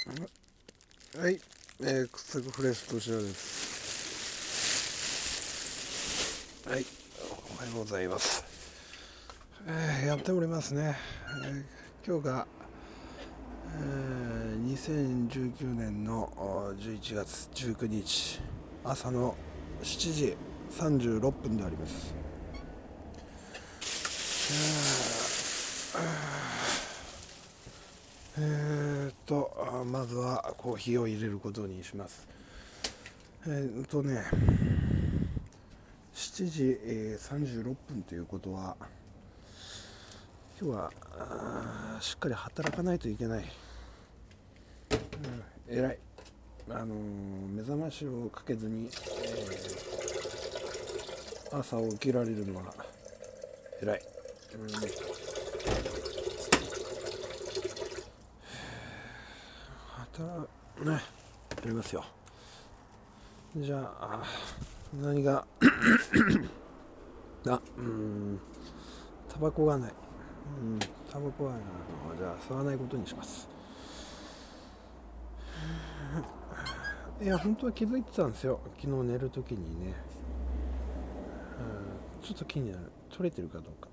はい、クサクフレッシュとしらです。はい、おはようございます。やっておりますね。今日が、2019年の11月19日朝の7時36分であります。まずはコーヒーを入れることにします。7時、36分ということは、今日はしっかり働かないといけない。偉い。目覚ましをかけずに、朝起きられるのは偉い。ね、やりますよ。じゃあ、何がタバコがない。タバコはじゃあ吸わないことにします。いや、本当は気づいてたんですよ。昨日寝るときにね、ちょっと気になる。取れてるかどうか、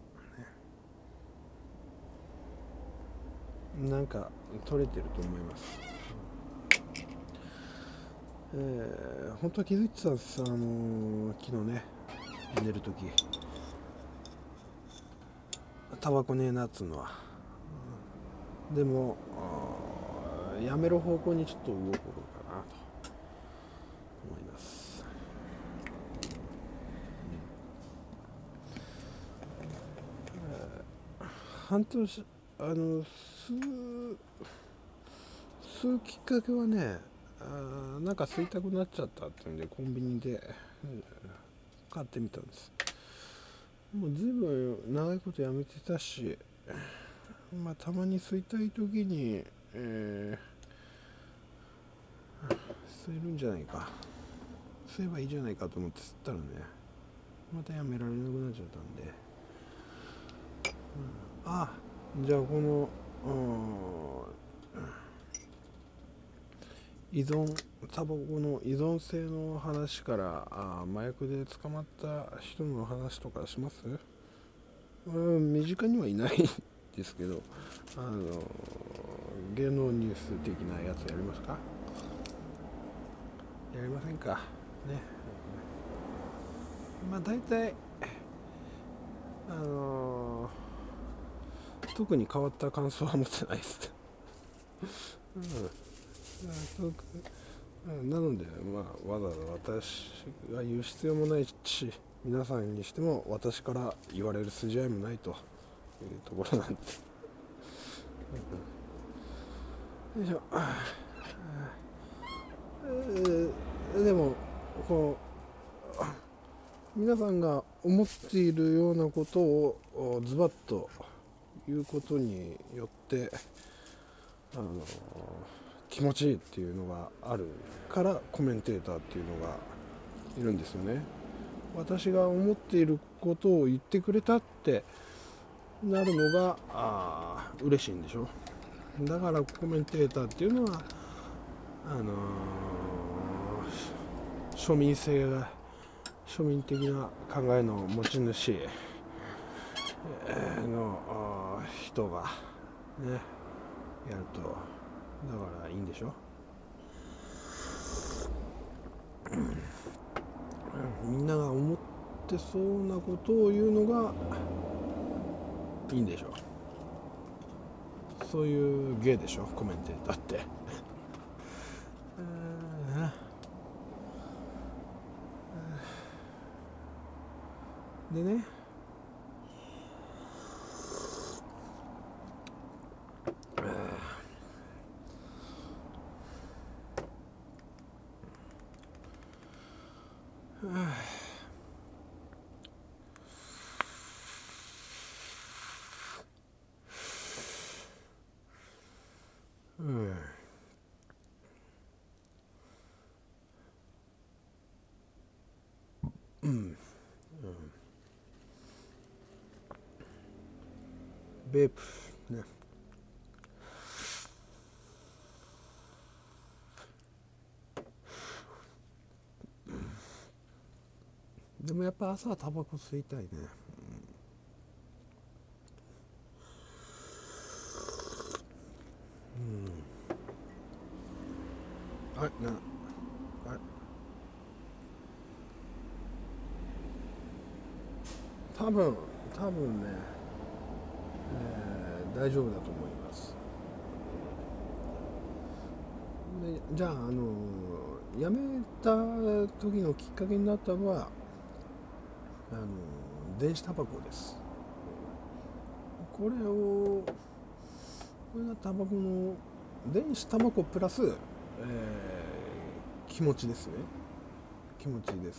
なんか取れてると思います。本当は気づいてたんです。昨日ね、寝るときタバコねえなっつうのは、でもやめる方向にちょっと動こうかなと思います。半年吸うきっかけはね、なんか吸いたくなっちゃったっていうんでコンビニで、買ってみたんです。もうずいぶん長いことやめてたし、たまに吸いたい時に、吸えるんじゃないか、吸えばいいじゃないかと思って吸ったらね、またやめられなくなっちゃったんで、じゃあこのタバコの依存性の話から麻薬で捕まった人の話とかします？身近にはいないですけど、芸能ニュース的なやつやりますか？やりませんかね。大体特に変わった感想は持ってないです。なので、わざわざ私が言う必要もないし、皆さんにしても私から言われる筋合いもないというところなんで、よいしょ。でもこう皆さんが思っているようなことをズバッと言うことによって気持ちいいっていうのがあるからコメンテーターっていうのがいるんですよね。私が思っていることを言ってくれたってなるのが嬉しいんでしょ。だからコメンテーターっていうのは庶民的な考えの持ち主の人がねやると、だからいいんでしょ。みんなが思ってそうなことを言うのがいいんでしょ。そういう芸でしょ、コメンテーターってでね、ベープね、 でもやっぱ朝はタバコ吸いたいね。あれ多分ね、大丈夫だと思います。でじゃあ、辞めた時のきっかけになったのは電子タバコです。これがタバコの電子タバコプラス、気持ちですね。気持ちです。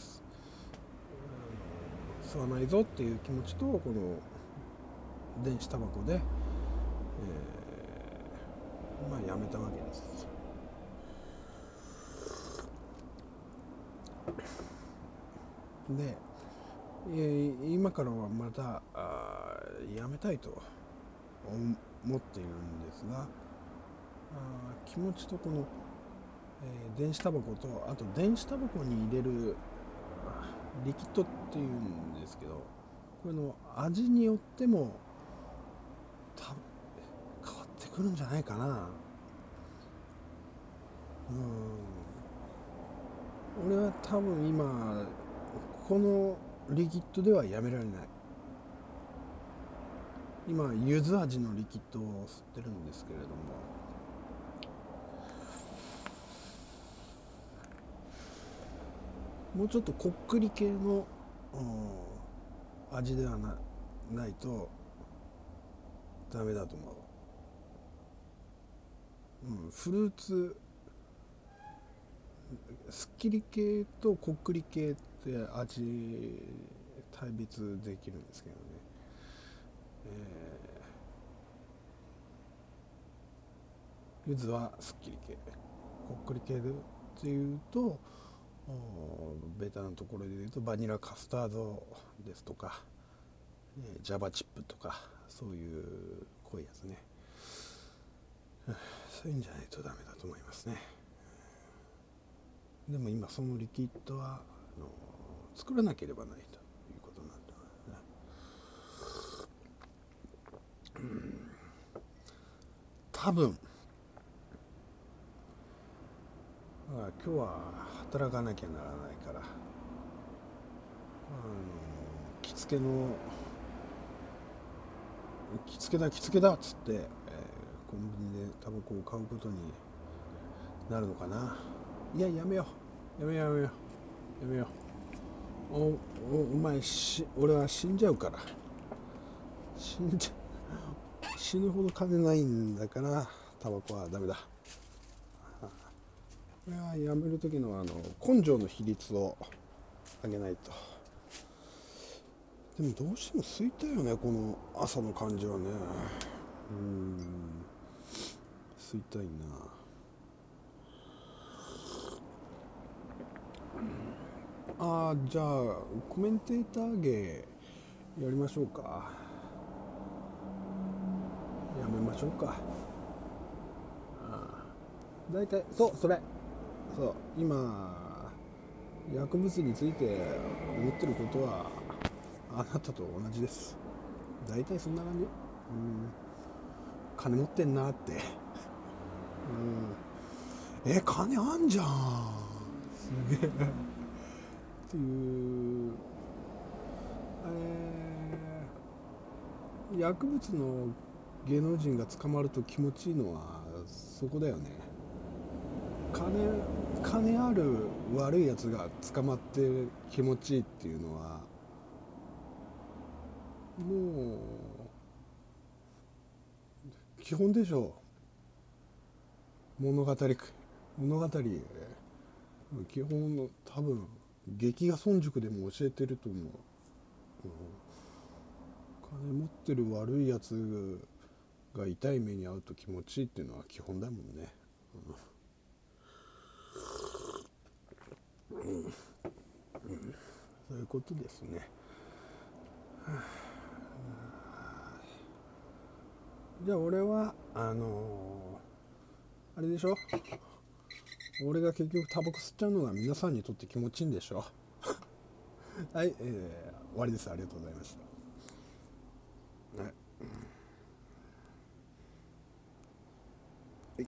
吸わないぞっていう気持ちと、この電子タバコで、やめたわけです。で、今からはまたやめたいと思っているんですが、気持ちとこの、電子タバコと、あと電子タバコに入れるリキッドっていうんですけど、これの味によっても変わってくるんじゃないかな。俺は多分今このリキッドではやめられない。今柚子味のリキッドを吸ってるんですけれども、もうちょっとこっくり系の味ではないとダメだと思う。フルーツすっきり系とこっくり系って味対別できるんですけどね、柚子はすっきり系、こっくり系でっていうとベタなところで言うとバニラカスタードですとか、ジャバチップとかそういう濃いやつね、そういうんじゃないとダメだと思いますね。でも今そのリキッドは作らなければないということなんだね。多分今日は働かなきゃならないから、着付けだっつって、コンビニでタバコを買うことになるのかな。いや、やめよう。お前俺は死んじゃうから。死ぬほど金ないんだから、タバコはダメだ。これはやめる時の根性の比率を上げないと。でもどうしても吸いたいよね、この朝の感じはね。吸いたいな。じゃあコメンテーター芸やりましょうか。やめましょうか。大体そう今薬物について思ってることはあなたと同じです。大体そんな感じ。金持ってんなって金あんじゃんすげえっていう薬物の芸能人が捕まると気持ちいいのはそこだよね。金ある悪いやつが捕まって気持ちいいっていうのはもう基本でしょう。物語基本の多分劇画村塾でも教えてると思う。金持ってる悪いやつが痛い目に遭うと気持ちいいっていうのは基本だもんね。そういうことですね。じゃあ俺はあれでしょ、俺が結局タバコ吸っちゃうのが皆さんにとって気持ちいいんでしょはい、終わりです。ありがとうございました。はい